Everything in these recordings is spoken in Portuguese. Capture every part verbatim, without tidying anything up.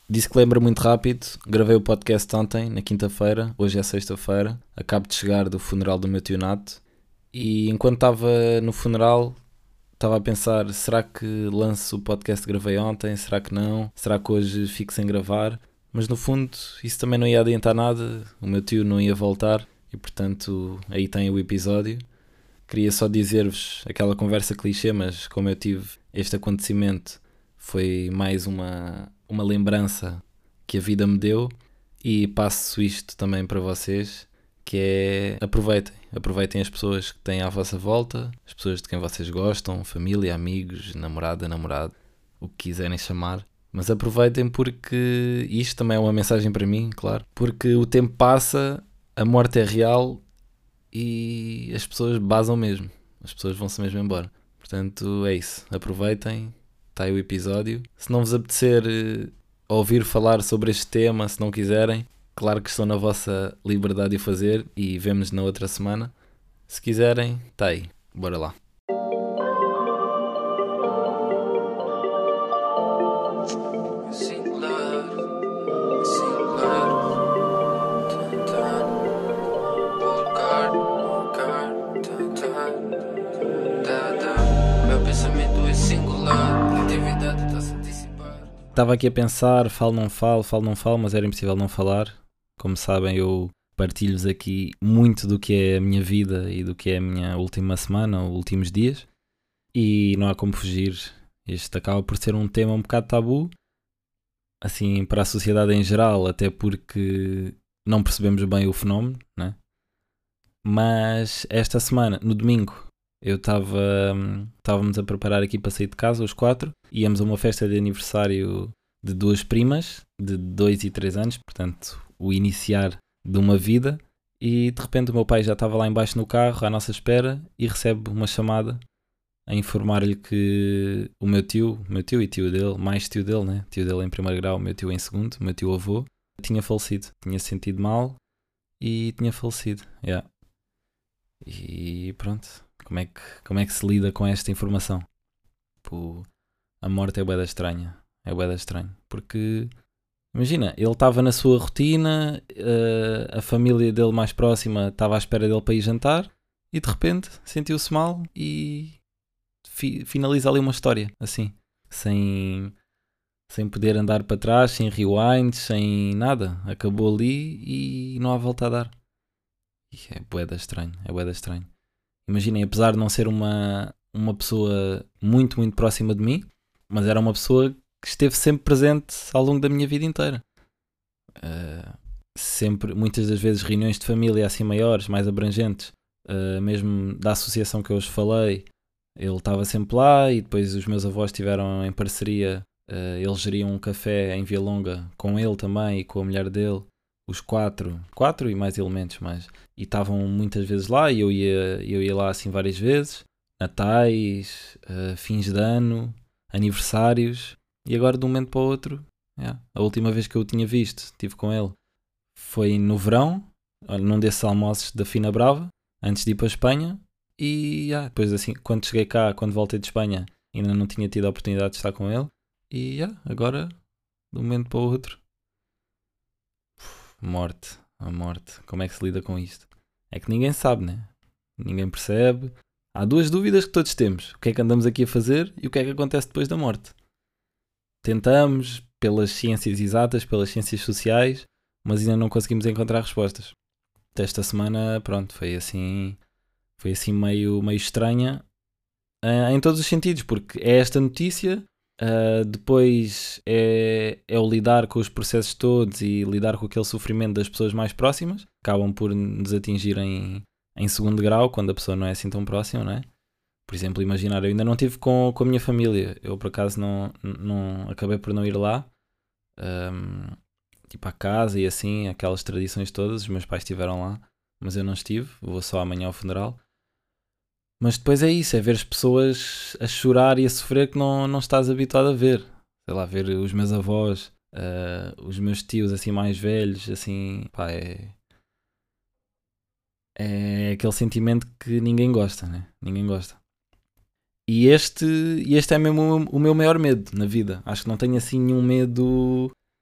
Disclaimer muito rápido, gravei o podcast ontem, na quinta-feira, hoje é sexta-feira, acabo de chegar do funeral do meu tio Nato e enquanto estava no funeral estava a pensar, será que lanço o podcast que gravei ontem, será que não, será que hoje fico sem gravar, mas no fundo isso também não ia adiantar nada, o meu tio não ia voltar e portanto aí tem o episódio. Queria só dizer-vos aquela conversa clichê, mas como eu tive este acontecimento foi mais uma, uma lembrança que a vida me deu e passo isto também para vocês, que é aproveitem, aproveitem as pessoas que têm à vossa volta, as pessoas de quem vocês gostam, família, amigos, namorada, namorado, o que quiserem chamar, mas aproveitem porque isto também é uma mensagem para mim, claro, porque o tempo passa, a morte é real e as pessoas basam mesmo, as pessoas vão-se mesmo embora. Portanto, é isso. Aproveitem, está aí o episódio. Se não vos apetecer eh, ouvir falar sobre este tema, se não quiserem, claro que estão na vossa liberdade de o fazer e vemos na outra semana. Se quiserem, está aí. Bora lá. Estava aqui a pensar, falo não falo, falo não falo, mas era impossível não falar. Como sabem, eu partilho-vos aqui muito do que é a minha vida e do que é a minha última semana, ou últimos dias. E não há como fugir. Este acaba por ser um tema um bocado tabu, assim, para a sociedade em geral, até porque não percebemos bem o fenómeno, né? Mas esta semana, no domingo, eu estava estávamos a preparar aqui para sair de casa, os quatro. Íamos a uma festa de aniversário de duas primas, de dois e três anos, portanto, o iniciar de uma vida. E de repente o meu pai já estava lá embaixo no carro, à nossa espera, e recebe uma chamada a informar-lhe que o meu tio, meu tio e tio dele, mais tio dele, né? Tio dele em primeiro grau, meu tio em segundo, meu tio avô, tinha falecido. Tinha se sentido mal e tinha falecido. Yeah. E pronto, como é, que, como é que se lida com esta informação? Pô, a morte é bué da estranha, é bué da estranho, porque imagina, ele estava na sua rotina, uh, a família dele mais próxima estava à espera dele para ir jantar e de repente sentiu-se mal e fi- finaliza ali uma história, assim, sem, sem poder andar para trás, sem rewind, sem nada, acabou ali e não há volta a dar. E é bué da estranho, é bué da estranho. Imaginem, apesar de não ser uma, uma pessoa muito, muito próxima de mim, mas era uma pessoa que esteve sempre presente ao longo da minha vida inteira. Uh, sempre, muitas das vezes, reuniões de família assim maiores, mais abrangentes, uh, mesmo da associação que eu hoje falei, ele estava sempre lá e depois os meus avós estiveram em parceria, uh, eles geriam um café em Via Longa com ele também e com a mulher dele, os quatro, quatro e mais elementos, mas e estavam muitas vezes lá e eu ia, eu ia lá assim várias vezes, natais, uh, fins de ano, aniversários, e agora de um momento para o outro, yeah. A última vez que eu o tinha visto, estive com ele, foi no verão, num desses almoços da Fina Brava, antes de ir para a Espanha, e yeah, depois assim, quando cheguei cá, quando voltei de Espanha, ainda não tinha tido a oportunidade de estar com ele, e yeah, agora, de um momento para o outro, morte, a morte, como é que se lida com isto? É que ninguém sabe, né? Ninguém percebe. Há duas dúvidas que todos temos. O que é que andamos aqui a fazer e o que é que acontece depois da morte? Tentamos, pelas ciências exatas, pelas ciências sociais, mas ainda não conseguimos encontrar respostas. Esta semana, pronto, foi assim, foi assim meio, meio estranha uh, em todos os sentidos, porque é esta notícia, uh, depois é, é o lidar com os processos todos e lidar com aquele sofrimento das pessoas mais próximas, acabam por nos atingir em, em segundo grau, quando a pessoa não é assim tão próxima, não é? Por exemplo, imaginar, eu ainda não estive com, com a minha família, eu por acaso não, não acabei por não ir lá, um, tipo à casa e assim, aquelas tradições todas, os meus pais estiveram lá, mas eu não estive, vou só amanhã ao funeral. Mas depois é isso, é ver as pessoas a chorar e a sofrer que não, não estás habituado a ver. Sei lá, ver os meus avós, uh, os meus tios assim mais velhos, assim, pá, é... É aquele sentimento que ninguém gosta, né? Ninguém gosta. E este, este é mesmo o meu maior medo na vida. Acho que não tenho assim nenhum medo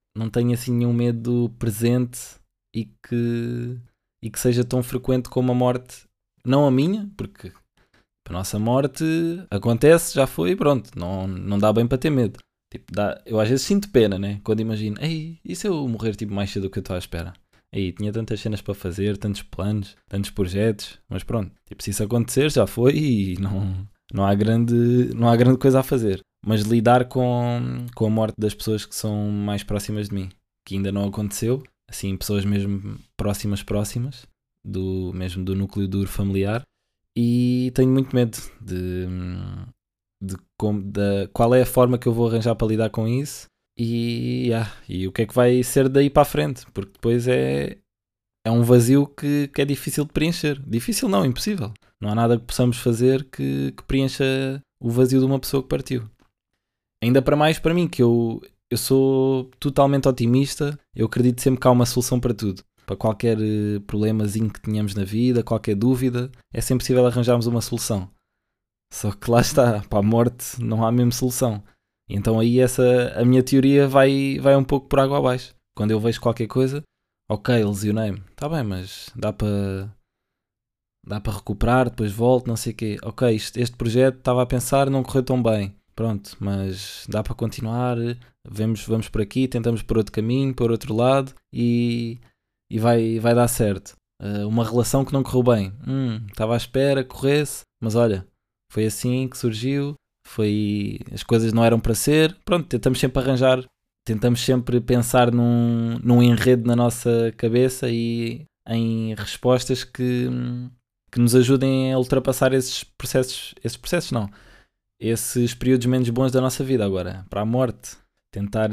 não tenho assim nenhum medo presente e que, e que seja tão frequente como a morte, não a minha, porque a nossa morte acontece, já foi e pronto, não, não dá bem para ter medo. Tipo, dá, eu às vezes sinto pena, né? Quando imagino, ei, e se eu morrer tipo, mais cedo do que eu estou à espera? Aí tinha tantas cenas para fazer, tantos planos, tantos projetos, mas pronto, tipo, se isso acontecer já foi e não, não, há, grande, não há grande coisa a fazer. Mas lidar com, com a morte das pessoas que são mais próximas de mim, que ainda não aconteceu, assim, pessoas mesmo próximas, próximas, do, mesmo do núcleo duro familiar, e tenho muito medo de, de, como, de qual é a forma que eu vou arranjar para lidar com isso. E, yeah, e o que é que vai ser daí para a frente? Porque depois é, é um vazio que, que é difícil de preencher. Difícil não, impossível. Não há nada que possamos fazer que, que preencha o vazio de uma pessoa que partiu. Ainda para mais para mim, que eu, eu sou totalmente otimista. Eu acredito sempre que há uma solução para tudo. Para qualquer problemazinho que tenhamos na vida, qualquer dúvida, é sempre possível arranjarmos uma solução. Só que lá está, para a morte não há mesmo solução. Então aí essa, a minha teoria vai, vai um pouco por água abaixo. Quando eu vejo qualquer coisa, ok, lesionei-me. Está bem, mas dá para dá para recuperar, depois volto, não sei o quê. Ok, este, este projeto estava a pensar, não correu tão bem. Pronto, mas dá para continuar, vamos, vamos por aqui, tentamos por outro caminho, por outro lado e, e vai, vai dar certo. Uh, uma relação que não correu bem. Hum, estava à espera que corresse, mas olha, foi assim que surgiu. Foi, as coisas não eram para ser, pronto, tentamos sempre arranjar, tentamos sempre pensar num, num enredo na nossa cabeça e em respostas que, que nos ajudem a ultrapassar esses processos, esses processos não, esses períodos menos bons da nossa vida. Agora, para a morte, tentar,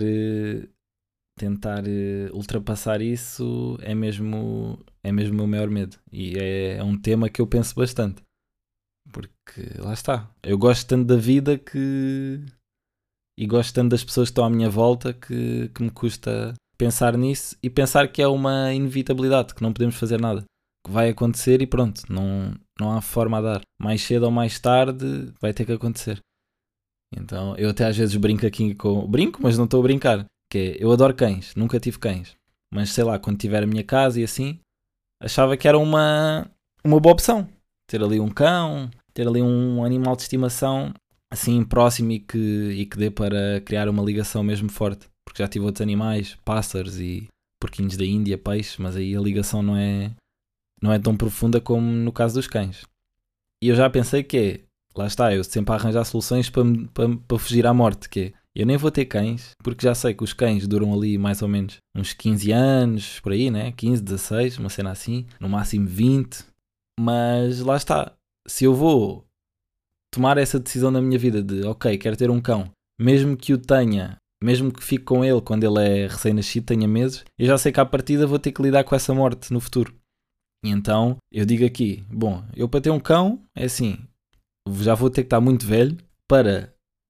tentar ultrapassar isso é mesmo, é mesmo o meu maior medo e é, é um tema que eu penso bastante. Porque lá está, eu gosto tanto da vida que e gosto tanto das pessoas que estão à minha volta que, que me custa pensar nisso e pensar que é uma inevitabilidade, que não podemos fazer nada, que vai acontecer e pronto, não, não há forma a dar. Mais cedo ou mais tarde vai ter que acontecer. Então eu até às vezes brinco aqui com. Brinco, mas não estou a brincar. Que é, eu adoro cães, nunca tive cães. Mas sei lá, quando tiver a minha casa e assim, achava que era uma, uma boa opção. Ter ali um cão, ter ali um animal de estimação assim próximo e que, e que dê para criar uma ligação mesmo forte. Porque já tive outros animais, pássaros e porquinhos da Índia, peixes, mas aí a ligação não é, não é tão profunda como no caso dos cães. E eu já pensei que é, lá está, eu sempre a arranjar soluções para, para, para fugir à morte, que é, eu nem vou ter cães, porque já sei que os cães duram ali mais ou menos uns quinze anos, por aí, né? quinze, dezasseis, uma cena assim, no máximo vinte. Mas lá está, se eu vou tomar essa decisão na minha vida de, ok, quero ter um cão, mesmo que o tenha, mesmo que fique com ele quando ele é recém-nascido, tenha meses, eu já sei que à partida vou ter que lidar com essa morte no futuro. E então, eu digo aqui, bom, eu para ter um cão, é assim, já vou ter que estar muito velho para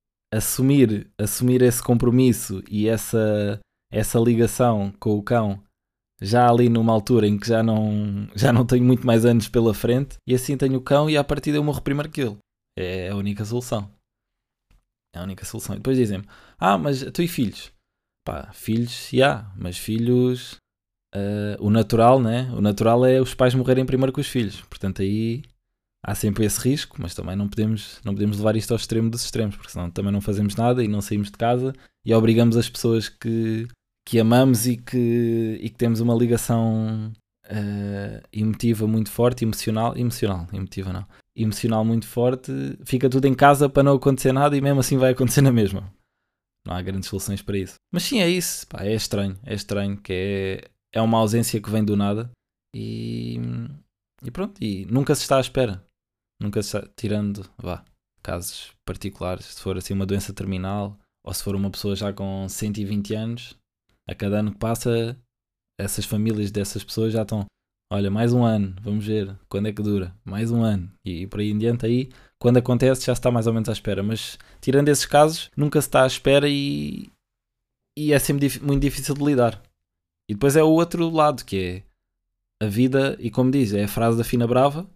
assumir, assumir esse compromisso e essa, essa ligação com o cão já ali numa altura em que já não, já não tenho muito mais anos pela frente, e assim tenho o cão e à partida eu morro primeiro que ele. É a única solução. É a única solução. E depois dizem-me, ah, mas tu e filhos? Pá, filhos, já, yeah, mas filhos, uh, o natural, né? O natural é os pais morrerem primeiro que os filhos. Portanto aí há sempre esse risco, mas também não podemos, não podemos levar isto ao extremo dos extremos, porque senão também não fazemos nada e não saímos de casa e obrigamos as pessoas que, que amamos e que, e que temos uma ligação uh, emotiva muito forte, emocional, emocional, emotiva não, emocional muito forte, fica tudo em casa para não acontecer nada e mesmo assim vai acontecer na mesma. Não há grandes soluções para isso. Mas sim, é isso, pá, é estranho, é estranho, que é, é uma ausência que vem do nada e, e pronto, e nunca se está à espera. Nunca se está, tirando, vá, casos particulares, se for assim uma doença terminal ou se for uma pessoa já com cento e vinte anos, a cada ano que passa, essas famílias dessas pessoas já estão, olha, mais um ano, vamos ver, quando é que dura? Mais um ano. E, e por aí em diante, aí, quando acontece, já se está mais ou menos à espera. Mas, tirando esses casos, nunca se está à espera e, e é sempre dif- muito difícil de lidar. E depois é o outro lado, que é a vida, e como diz, é a frase da Fina Brava,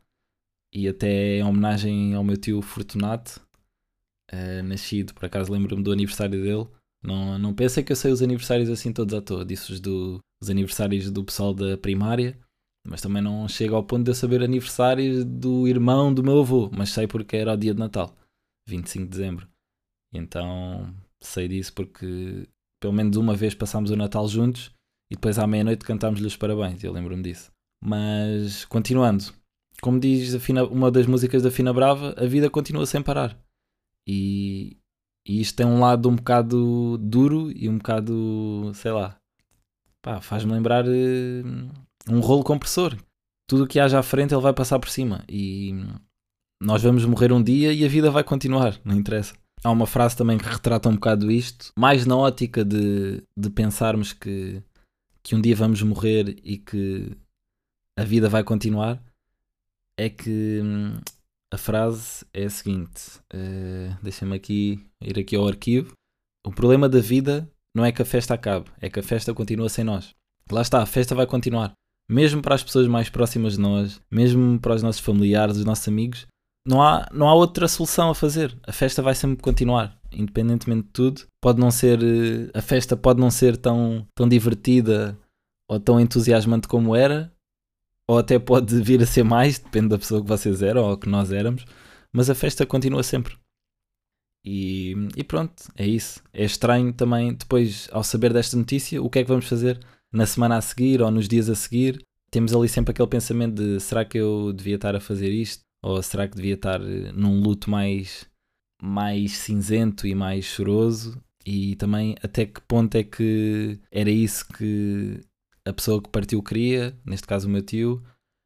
e até em homenagem ao meu tio Fortunato, uh, nascido, por acaso lembro-me do aniversário dele, Não, não pensem que eu sei os aniversários assim todos à toa. Disse-os do, os aniversários do pessoal da primária, mas também não chego ao ponto de eu saber aniversários do irmão do meu avô, mas sei porque era o dia de Natal, vinte e cinco de dezembro. E então sei disso porque pelo menos uma vez passámos o Natal juntos e depois à meia-noite cantámos-lhe os parabéns, eu lembro-me disso. Mas continuando, como diz a Fina, uma das músicas da Fina Brava, a vida continua sem parar. E, e isto tem um lado um bocado duro e um bocado, sei lá, pá, faz-me lembrar uh, um rolo compressor. Tudo o que haja à frente ele vai passar por cima e nós vamos morrer um dia e a vida vai continuar, não interessa. Há uma frase também que retrata um bocado isto, mais na ótica de, de pensarmos que, que um dia vamos morrer e que a vida vai continuar, é que hum, a frase é a seguinte, uh, deixa-me aqui ir aqui ao arquivo. O problema da vida não é que a festa acabe, é que a festa continua sem nós. Lá está, a festa vai continuar. Mesmo para as pessoas mais próximas de nós, mesmo para os nossos familiares, os nossos amigos, não há, não há outra solução a fazer. A festa vai sempre continuar, independentemente de tudo. Pode não ser, a festa pode não ser tão, tão divertida ou tão entusiasmante como era, ou até pode vir a ser mais, depende da pessoa que vocês eram ou que nós éramos, mas a festa continua sempre. E, e pronto, é isso. É estranho também, depois, ao saber desta notícia, o que é que vamos fazer na semana a seguir ou nos dias a seguir. Temos ali sempre aquele pensamento de será que eu devia estar a fazer isto? Ou será que devia estar num luto mais, mais cinzento e mais choroso? E também até que ponto é que era isso que a pessoa que partiu queria, neste caso o meu tio,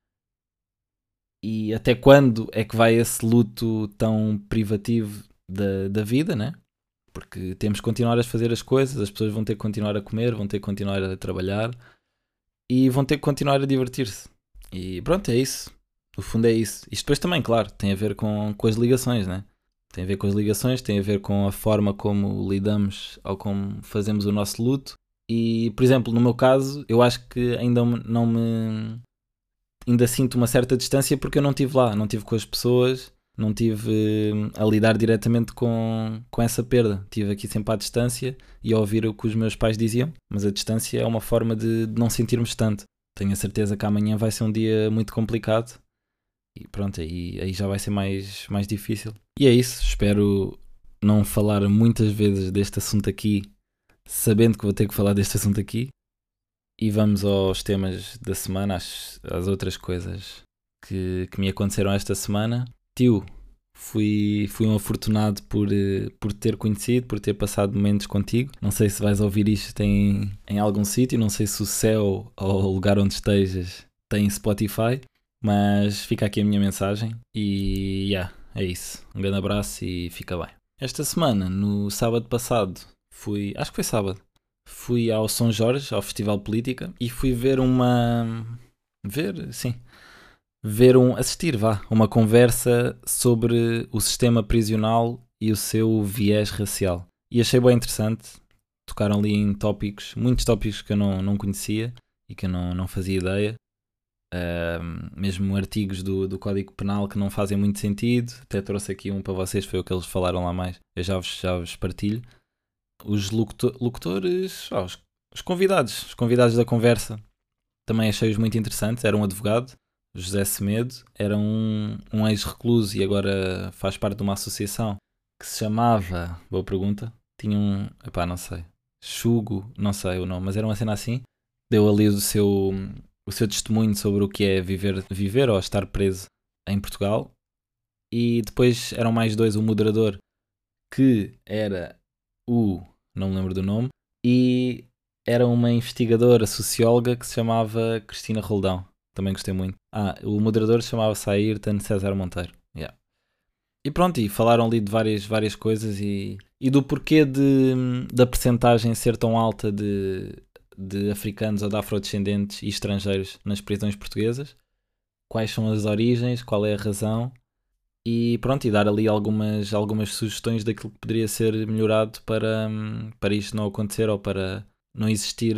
e até quando é que vai esse luto tão privativo da, da vida, né? Porque temos que continuar a fazer as coisas, as pessoas vão ter que continuar a comer, vão ter que continuar a trabalhar e vão ter que continuar a divertir-se. E pronto, é isso. No fundo é isso. Isto depois também, claro, tem a ver com, com as ligações, né? Tem a ver com as ligações, tem a ver com a forma como lidamos ou como fazemos o nosso luto. E, por exemplo, no meu caso, eu acho que ainda não me... ainda sinto uma certa distância porque eu não estive lá, não estive com as pessoas, não estive a lidar diretamente com, com essa perda. Estive aqui sempre à distância e a ouvir o que os meus pais diziam, mas a distância é uma forma de, de não sentirmos tanto. Tenho a certeza que amanhã vai ser um dia muito complicado e pronto, aí, aí já vai ser mais, mais difícil. E é isso, espero não falar muitas vezes deste assunto aqui, sabendo que vou ter que falar deste assunto aqui. E vamos aos temas da semana, às, às outras coisas que, que me aconteceram esta semana. Tio, fui, fui um afortunado por, por ter conhecido, por ter passado momentos contigo. Não sei se vais ouvir isto em, em algum sítio, não sei se o céu ou o lugar onde estejas tem Spotify, mas fica aqui a minha mensagem e yeah, é isso. Um grande abraço e fica bem. Esta semana, no sábado passado, fui, acho que foi sábado, fui ao São Jorge, ao Festival Política, e fui ver uma... Ver, sim. Ver um... Assistir, vá. Uma conversa sobre o sistema prisional e o seu viés racial. E achei bem interessante. Tocaram ali em tópicos, muitos tópicos que eu não, não conhecia e que eu não, não fazia ideia. Uh, mesmo artigos do, do Código Penal que não fazem muito sentido. Até trouxe aqui um para vocês, foi o que eles falaram lá mais. Eu já vos, já vos partilho. Os locutor, locutores, oh, os, os convidados, os convidados da conversa, também achei-os muito interessantes. Era um advogado, José Semedo, era um, um ex-recluso e agora faz parte de uma associação que se chamava, boa pergunta, tinha um, epá, não sei, Chugo, não sei o nome, mas era uma cena assim. Deu ali o seu, o seu testemunho sobre o que é viver, viver ou estar preso em Portugal. E depois eram mais dois, o moderador, que era o... não me lembro do nome, e era uma investigadora socióloga que se chamava Cristina Roldão, também gostei muito. Ah, o moderador chamava-se Ayrton César Monteiro. Yeah. E pronto, e falaram ali de várias, várias coisas e, e do porquê de, da percentagem ser tão alta de, de africanos ou de afrodescendentes e estrangeiros nas prisões portuguesas, quais são as origens, qual é a razão. E pronto, e dar ali algumas, algumas sugestões daquilo que poderia ser melhorado para, para isto não acontecer ou para não existir,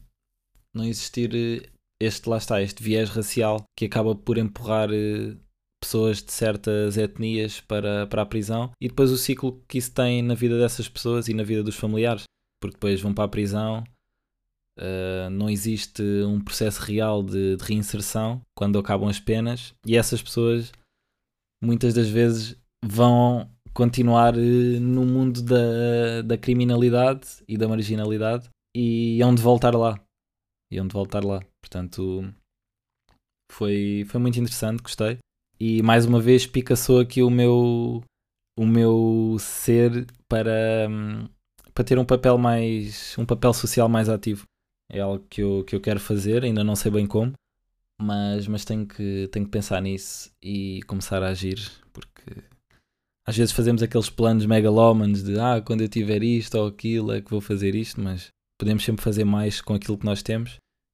não existir este, lá está, este viés racial que acaba por empurrar pessoas de certas etnias para, para a prisão, e depois o ciclo que isso tem na vida dessas pessoas e na vida dos familiares, porque depois vão para a prisão, uh, não existe um processo real de, de reinserção quando acabam as penas, e essas pessoas muitas das vezes vão continuar uh, no mundo da, da criminalidade e da marginalidade, e hão de voltar lá, e hão de voltar lá, portanto foi, foi muito interessante, gostei. E mais uma vez picaçou aqui o meu, o meu ser para, para ter um papel mais, um papel social mais ativo. É algo que eu, que eu quero fazer, ainda não sei bem como, mas, mas tenho, que, tenho que pensar nisso e começar a agir, porque às vezes fazemos aqueles planos megalómanos de ah, quando eu tiver isto ou aquilo é que vou fazer isto, mas podemos sempre fazer mais com aquilo que nós temos.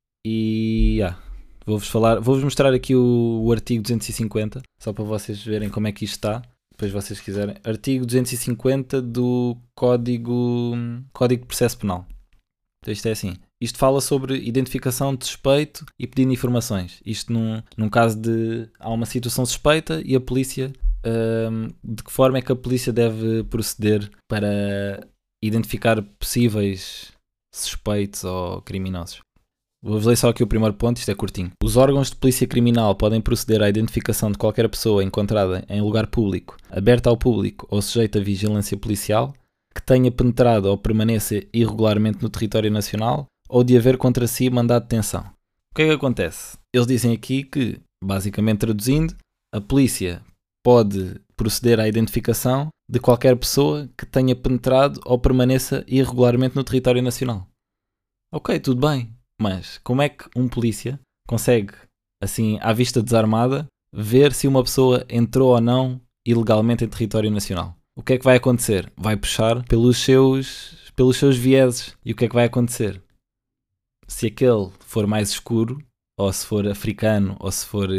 E ah, Vou-vos falar, vou-vos mostrar aqui o, o artigo duzentos e cinquenta, só para vocês verem como é que isto está, depois vocês quiserem. Artigo duzentos e cinquenta do Código, Código de Processo Penal. Então isto é assim, isto fala sobre identificação de suspeito e pedindo informações. Isto num, num caso de, há uma situação suspeita e a polícia, hum, de que forma é que a polícia deve proceder para identificar possíveis suspeitos ou criminosos. Vou-vos ler só aqui o primeiro ponto, isto é curtinho. Os órgãos de polícia criminal podem proceder à identificação de qualquer pessoa encontrada em lugar público, aberta ao público ou sujeita a vigilância policial, que tenha penetrado ou permaneça irregularmente no território nacional ou de haver contra si mandado de detenção. O que é que acontece? Eles dizem aqui que, basicamente traduzindo, a polícia pode proceder à identificação de qualquer pessoa que tenha penetrado ou permaneça irregularmente no território nacional. Ok, tudo bem. Mas como é que um polícia consegue, assim, à vista desarmada, ver se uma pessoa entrou ou não ilegalmente em território nacional? O que é que vai acontecer? Vai puxar pelos seus, pelos seus vieses. E o que é que vai acontecer? Se aquele for mais escuro, ou se for africano, ou se for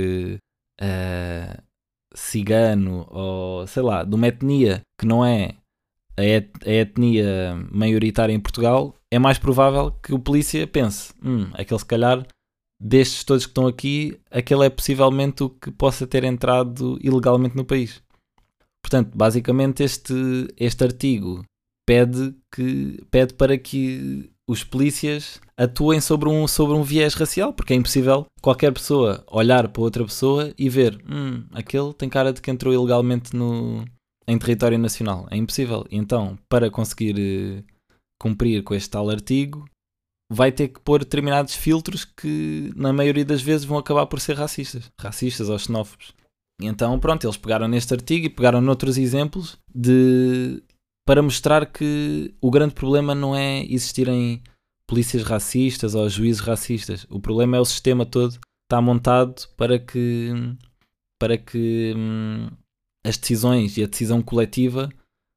uh, cigano, ou sei lá, de uma etnia que não é a, et- a etnia maioritária em Portugal, é mais provável que o polícia pense, hum, aquele se calhar, destes todos que estão aqui, aquele é possivelmente o que possa ter entrado ilegalmente no país. Portanto, basicamente este, este artigo pede, que, pede para que os polícias atuem sobre um, sobre um viés racial, porque é impossível qualquer pessoa olhar para outra pessoa e ver, hum, aquele tem cara de que entrou ilegalmente no, em território nacional. É impossível. Então, para conseguir cumprir com este tal artigo, vai ter que pôr determinados filtros que na maioria das vezes vão acabar por ser racistas, racistas ou xenófobos. E então pronto, eles pegaram neste artigo e pegaram noutros exemplos de, para mostrar que o grande problema não é existirem polícias racistas ou juízes racistas. O problema é o sistema todo está montado para que, para que hum, as decisões e a decisão coletiva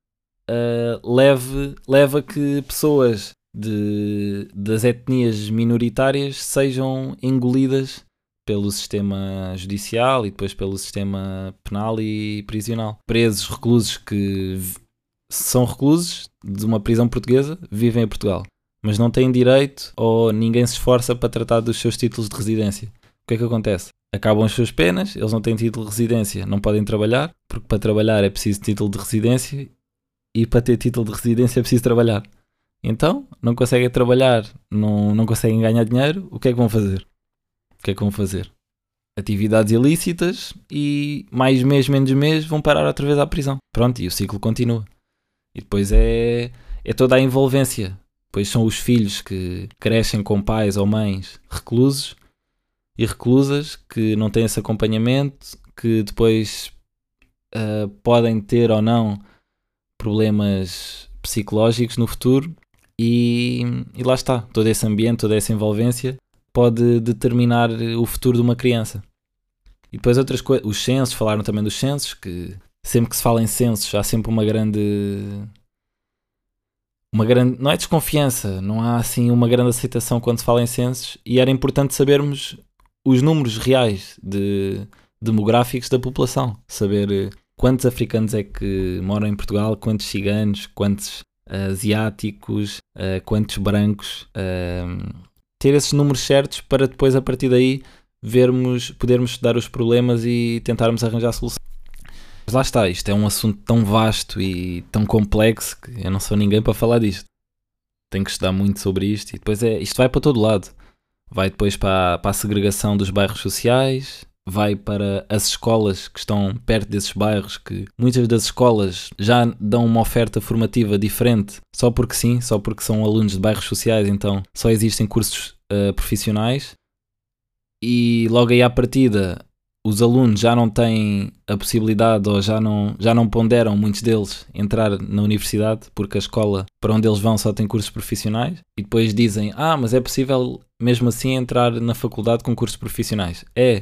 Uh, leve, leve a que pessoas de, das etnias minoritárias sejam engolidas pelo sistema judicial e depois pelo sistema penal e prisional. Presos, reclusos que v- são reclusos de uma prisão portuguesa, vivem em Portugal, mas não têm direito ou ninguém se esforça para tratar dos seus títulos de residência. O que é que acontece? Acabam as suas penas, eles não têm título de residência, não podem trabalhar, porque para trabalhar é preciso título de residência. E para ter título de residência é preciso trabalhar. Então, não conseguem trabalhar, não, não conseguem ganhar dinheiro, o que é que vão fazer? O que é que vão fazer? Atividades ilícitas e mais mês, menos mês vão parar outra vez à prisão. Pronto, e o ciclo continua. E depois é, é toda a envolvência. Depois são os filhos que crescem com pais ou mães reclusos e reclusas que não têm esse acompanhamento, que depois uh, podem ter ou não problemas psicológicos no futuro e, e lá está, todo esse ambiente, toda essa envolvência pode determinar o futuro de uma criança. E depois outras coisas, os censos, falaram também dos censos, que sempre que se fala em censos há sempre uma grande uma grande, não é desconfiança, não há assim uma grande aceitação quando se fala em censos, e era importante sabermos os números reais de, demográficos da população, saber quantos africanos é que moram em Portugal, quantos ciganos, quantos uh, asiáticos, uh, quantos brancos, uh, ter esses números certos para depois a partir daí vermos, podermos estudar os problemas e tentarmos arranjar soluções. Mas lá está, isto é um assunto tão vasto e tão complexo que eu não sou ninguém para falar disto. Tenho que estudar muito sobre isto e depois é, isto vai para todo lado. Vai depois para, para a segregação dos bairros sociais, vai para as escolas que estão perto desses bairros, que muitas das escolas já dão uma oferta formativa diferente, só porque sim, só porque são alunos de bairros sociais, então só existem cursos uh, profissionais. E logo aí à partida, os alunos já não têm a possibilidade ou já não, já não ponderam, muitos deles, entrar na universidade, porque a escola para onde eles vão só tem cursos profissionais, e depois dizem, ah, mas é possível mesmo assim entrar na faculdade com cursos profissionais. É,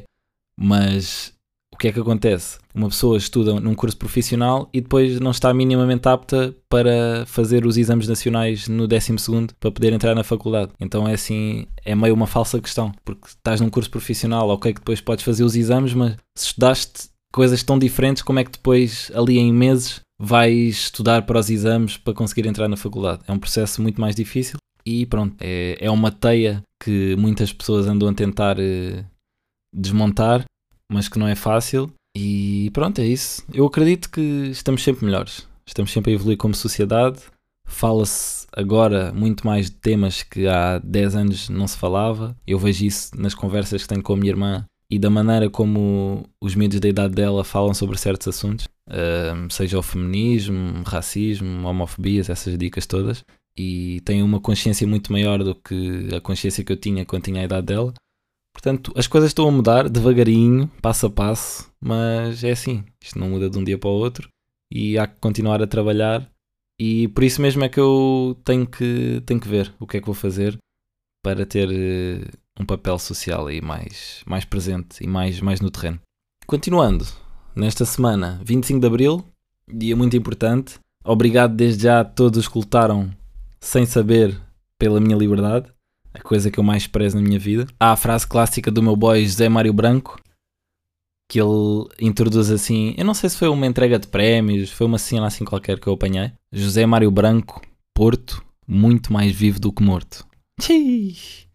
mas o que é que acontece? Uma pessoa estuda num curso profissional e depois não está minimamente apta para fazer os exames nacionais no décimo segundo para poder entrar na faculdade. Então é assim, é meio uma falsa questão, porque estás num curso profissional, ok, que depois podes fazer os exames, mas se estudaste coisas tão diferentes, como é que depois, ali em meses, vais estudar para os exames para conseguir entrar na faculdade? É um processo muito mais difícil e pronto, é, é uma teia que muitas pessoas andam a tentar eh, desmontar, mas que não é fácil. E pronto, é isso. Eu acredito que estamos sempre melhores. Estamos sempre a evoluir como sociedade. Fala-se agora muito mais de temas que há dez anos não se falava. Eu vejo isso nas conversas que tenho com a minha irmã e da maneira como os miúdos da idade dela falam sobre certos assuntos. Uh, seja o feminismo, racismo, homofobias, essas dicas todas. E têm uma consciência muito maior do que a consciência que eu tinha quando tinha a idade dela. Portanto, as coisas estão a mudar devagarinho, passo a passo, mas é assim, isto não muda de um dia para o outro e há que continuar a trabalhar e por isso mesmo é que eu tenho que, tenho que ver o que é que vou fazer para ter uh, um papel social aí mais, mais presente e mais, mais no terreno. Continuando, nesta semana, vinte e cinco de Abril, dia muito importante, obrigado desde já a todos os que lutaram sem saber pela minha liberdade. A coisa que eu mais prezo na minha vida. Há a frase clássica do meu boy José Mário Branco, que ele introduz assim, eu não sei se foi uma entrega de prémios, foi uma cena assim qualquer que eu apanhei. José Mário Branco, Porto, muito mais vivo do que morto. Tchii!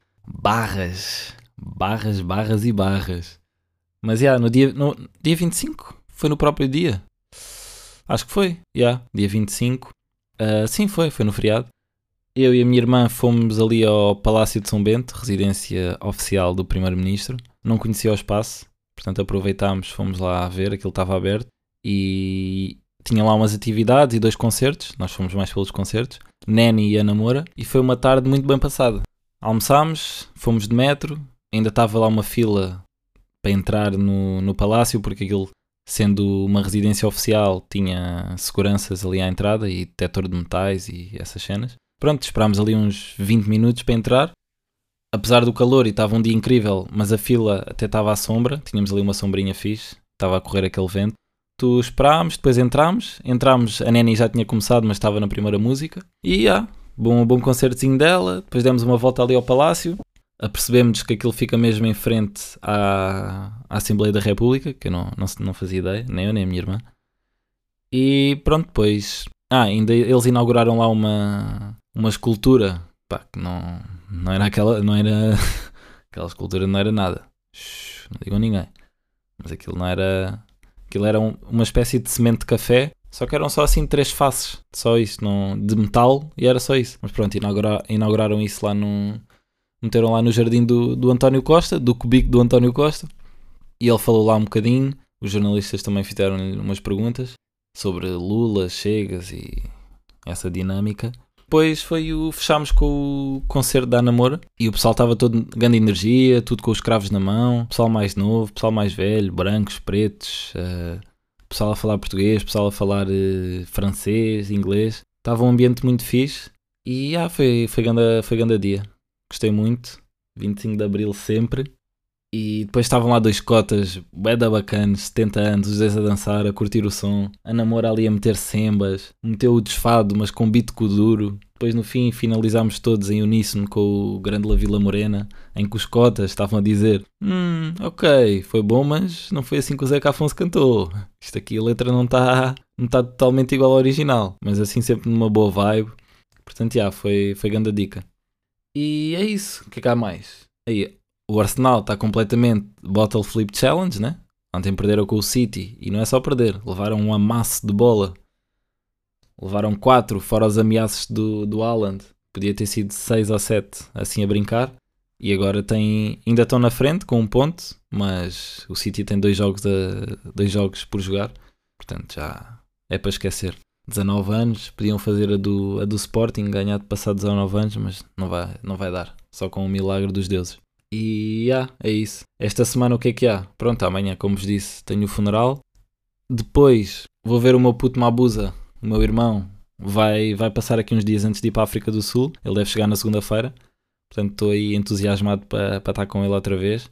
Barras, barras, barras e barras. Mas já, yeah, no dia, no dia vinte e cinco, foi no próprio dia. Acho que foi, já, yeah, dia vinte e cinco. Uh, sim, foi, foi no feriado. Eu e a minha irmã fomos ali ao Palácio de São Bento, residência oficial do Primeiro-Ministro. Não conhecia o espaço, portanto aproveitámos, fomos lá ver, aquilo estava aberto. E tinha lá umas atividades e dois concertos, nós fomos mais pelos concertos, Neni e Ana Moura, e foi uma tarde muito bem passada. Almoçámos, fomos de metro, ainda estava lá uma fila para entrar no, no palácio, porque aquilo, sendo uma residência oficial, tinha seguranças ali à entrada e detector de metais e essas cenas. Pronto, esperámos ali uns vinte minutos para entrar. Apesar do calor e estava um dia incrível, mas a fila até estava à sombra. Tínhamos ali uma sombrinha fixe, estava a correr aquele vento. Tu esperámos, depois entramos. Entramos, a Neni já tinha começado, mas estava na primeira música. E ah, bom, bom concertozinho dela. Depois demos uma volta ali ao palácio. Apercebemos que aquilo fica mesmo em frente à, à Assembleia da República, que eu não, não, não fazia ideia, nem eu nem a minha irmã. E pronto, depois... Ah, ainda eles inauguraram lá uma... uma escultura, pá, que não, não era aquela, não era, aquela escultura não era nada, Shhh, não digam a ninguém, mas aquilo não era, aquilo era um, uma espécie de semente de café, só que eram só assim três faces, só isso, não, de metal, e era só isso, mas pronto, inaugura, inauguraram isso lá no, meteram lá no jardim do, do António Costa, do cubico do António Costa, e ele falou lá um bocadinho, os jornalistas também fizeram umas perguntas sobre Lula, Chegas e essa dinâmica. Depois foi o, fechámos com o concerto da Ana Moura e o pessoal estava todo grande energia, tudo com os cravos na mão, pessoal mais novo, pessoal mais velho, brancos, pretos, uh, pessoal a falar português, pessoal a falar uh, francês, inglês. Estava um ambiente muito fixe e ah, foi, foi, ganda, foi ganda dia. Gostei muito, vinte e cinco de Abril sempre. E depois estavam lá dois cotas, bué da bacanas, setenta anos, os dois a dançar, a curtir o som. A Namora ali a meter sembas, meteu o desfado, mas com beat duro. Depois no fim finalizámos todos em uníssono com o Grande La Vila Morena, em que os cotas estavam a dizer: Hum, ok, foi bom, mas não foi assim que o Zeca Afonso cantou. Isto aqui a letra não está não tá totalmente igual ao original, mas assim sempre numa boa vibe. Portanto, já, foi, foi grande a dica. E é isso, o que é que há mais? Aí, O Arsenal está completamente bottle flip challenge, né? Ontem perderam com o City e não é só perder, levaram um amasso de bola. Levaram quatro, fora os ameaços do, do Haaland. Podia ter sido seis ou sete, assim a brincar. E agora tem, ainda estão na frente com um ponto, mas o City tem dois jogos, a, dois jogos por jogar. Portanto, já é para esquecer. dezanove anos, podiam fazer a do, a do Sporting, ganhar de passar dezanove anos, mas não vai, não vai dar. Só com o milagre dos deuses. E ah, é isso. Esta semana o que é que há? Pronto, amanhã, como vos disse, tenho o funeral. Depois vou ver o meu puto Mabuza, o meu irmão. Vai, vai passar aqui uns dias antes de ir para a África do Sul. Ele deve chegar na segunda-feira. Portanto, estou aí entusiasmado para, para estar com ele outra vez.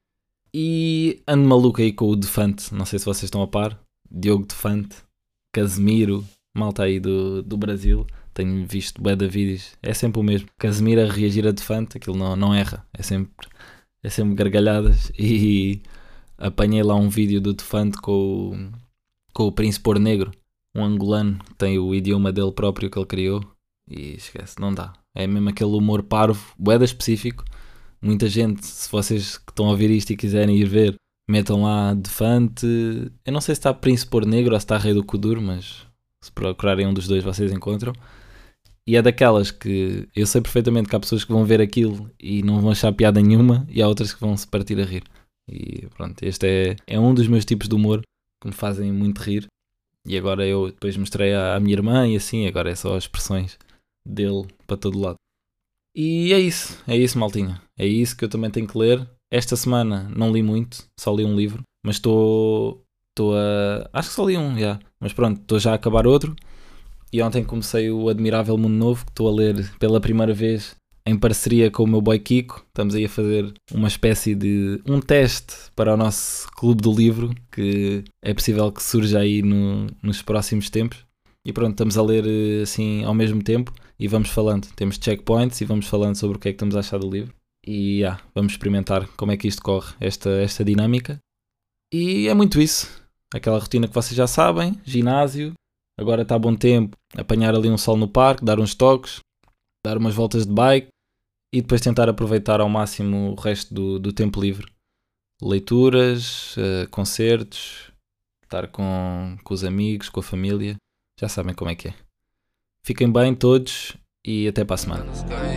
E ando maluco aí com o Defante. Não sei se vocês estão a par. Diogo Defante, Casemiro, malta aí do, do Brasil. Tenho visto bué de vídeos. É sempre o mesmo. Casemiro a reagir a Defante, aquilo não, não erra. É sempre, é sempre gargalhadas. E apanhei lá um vídeo do Defante com o, com o Príncipe Ouro Negro. Um angolano que tem o idioma dele próprio que ele criou. E esquece, não dá. É mesmo aquele humor parvo, bué específico. Muita gente, se vocês que estão a ouvir isto e quiserem ir ver, metam lá Defante. Eu não sei se está Príncipe Ouro Negro ou se está Rei do Kuduro, mas se procurarem um dos dois vocês encontram. E é daquelas que eu sei perfeitamente que há pessoas que vão ver aquilo e não vão achar piada nenhuma, e há outras que vão se partir a rir. E pronto, este é, é um dos meus tipos de humor que me fazem muito rir. E agora eu depois mostrei à, à minha irmã e assim, agora é só as expressões dele para todo lado. E é isso, é isso, maltinha. É isso que eu também tenho que ler. Esta semana não li muito, só li um livro, mas estou estou a... acho que só li um, já. Mas pronto, estou já a acabar outro. E ontem comecei o Admirável Mundo Novo, que estou a ler pela primeira vez em parceria com o meu boy Kiko. Estamos aí a fazer uma espécie de um teste para o nosso clube do livro, que é possível que surja aí no, nos próximos tempos. E pronto, estamos a ler assim ao mesmo tempo e vamos falando. Temos checkpoints e vamos falando sobre o que é que estamos a achar do livro. E ah, vamos experimentar como é que isto corre, esta, esta dinâmica. E é muito isso. Aquela rotina que vocês já sabem, ginásio. Agora está bom tempo, apanhar ali um sol no parque, dar uns toques, dar umas voltas de bike e depois tentar aproveitar ao máximo o resto do, do tempo livre. Leituras, uh, concertos, estar com, com os amigos, com a família. Já sabem como é que é. Fiquem bem todos e até para a semana.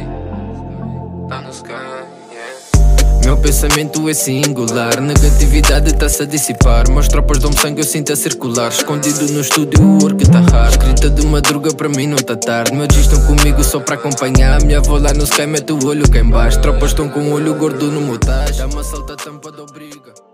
Meu pensamento é singular, negatividade está-se a dissipar. Meus tropas dão-me sangue, eu sinto a circular. Escondido no estúdio, o work está raro. Escrita de madruga, para mim não está tarde. Meus dias estão comigo só para acompanhar. Minha avó lá no sky mete o olho cá em baixo. Tropas estão com o olho gordo no motage. Dá-me a salta a tampa da obriga.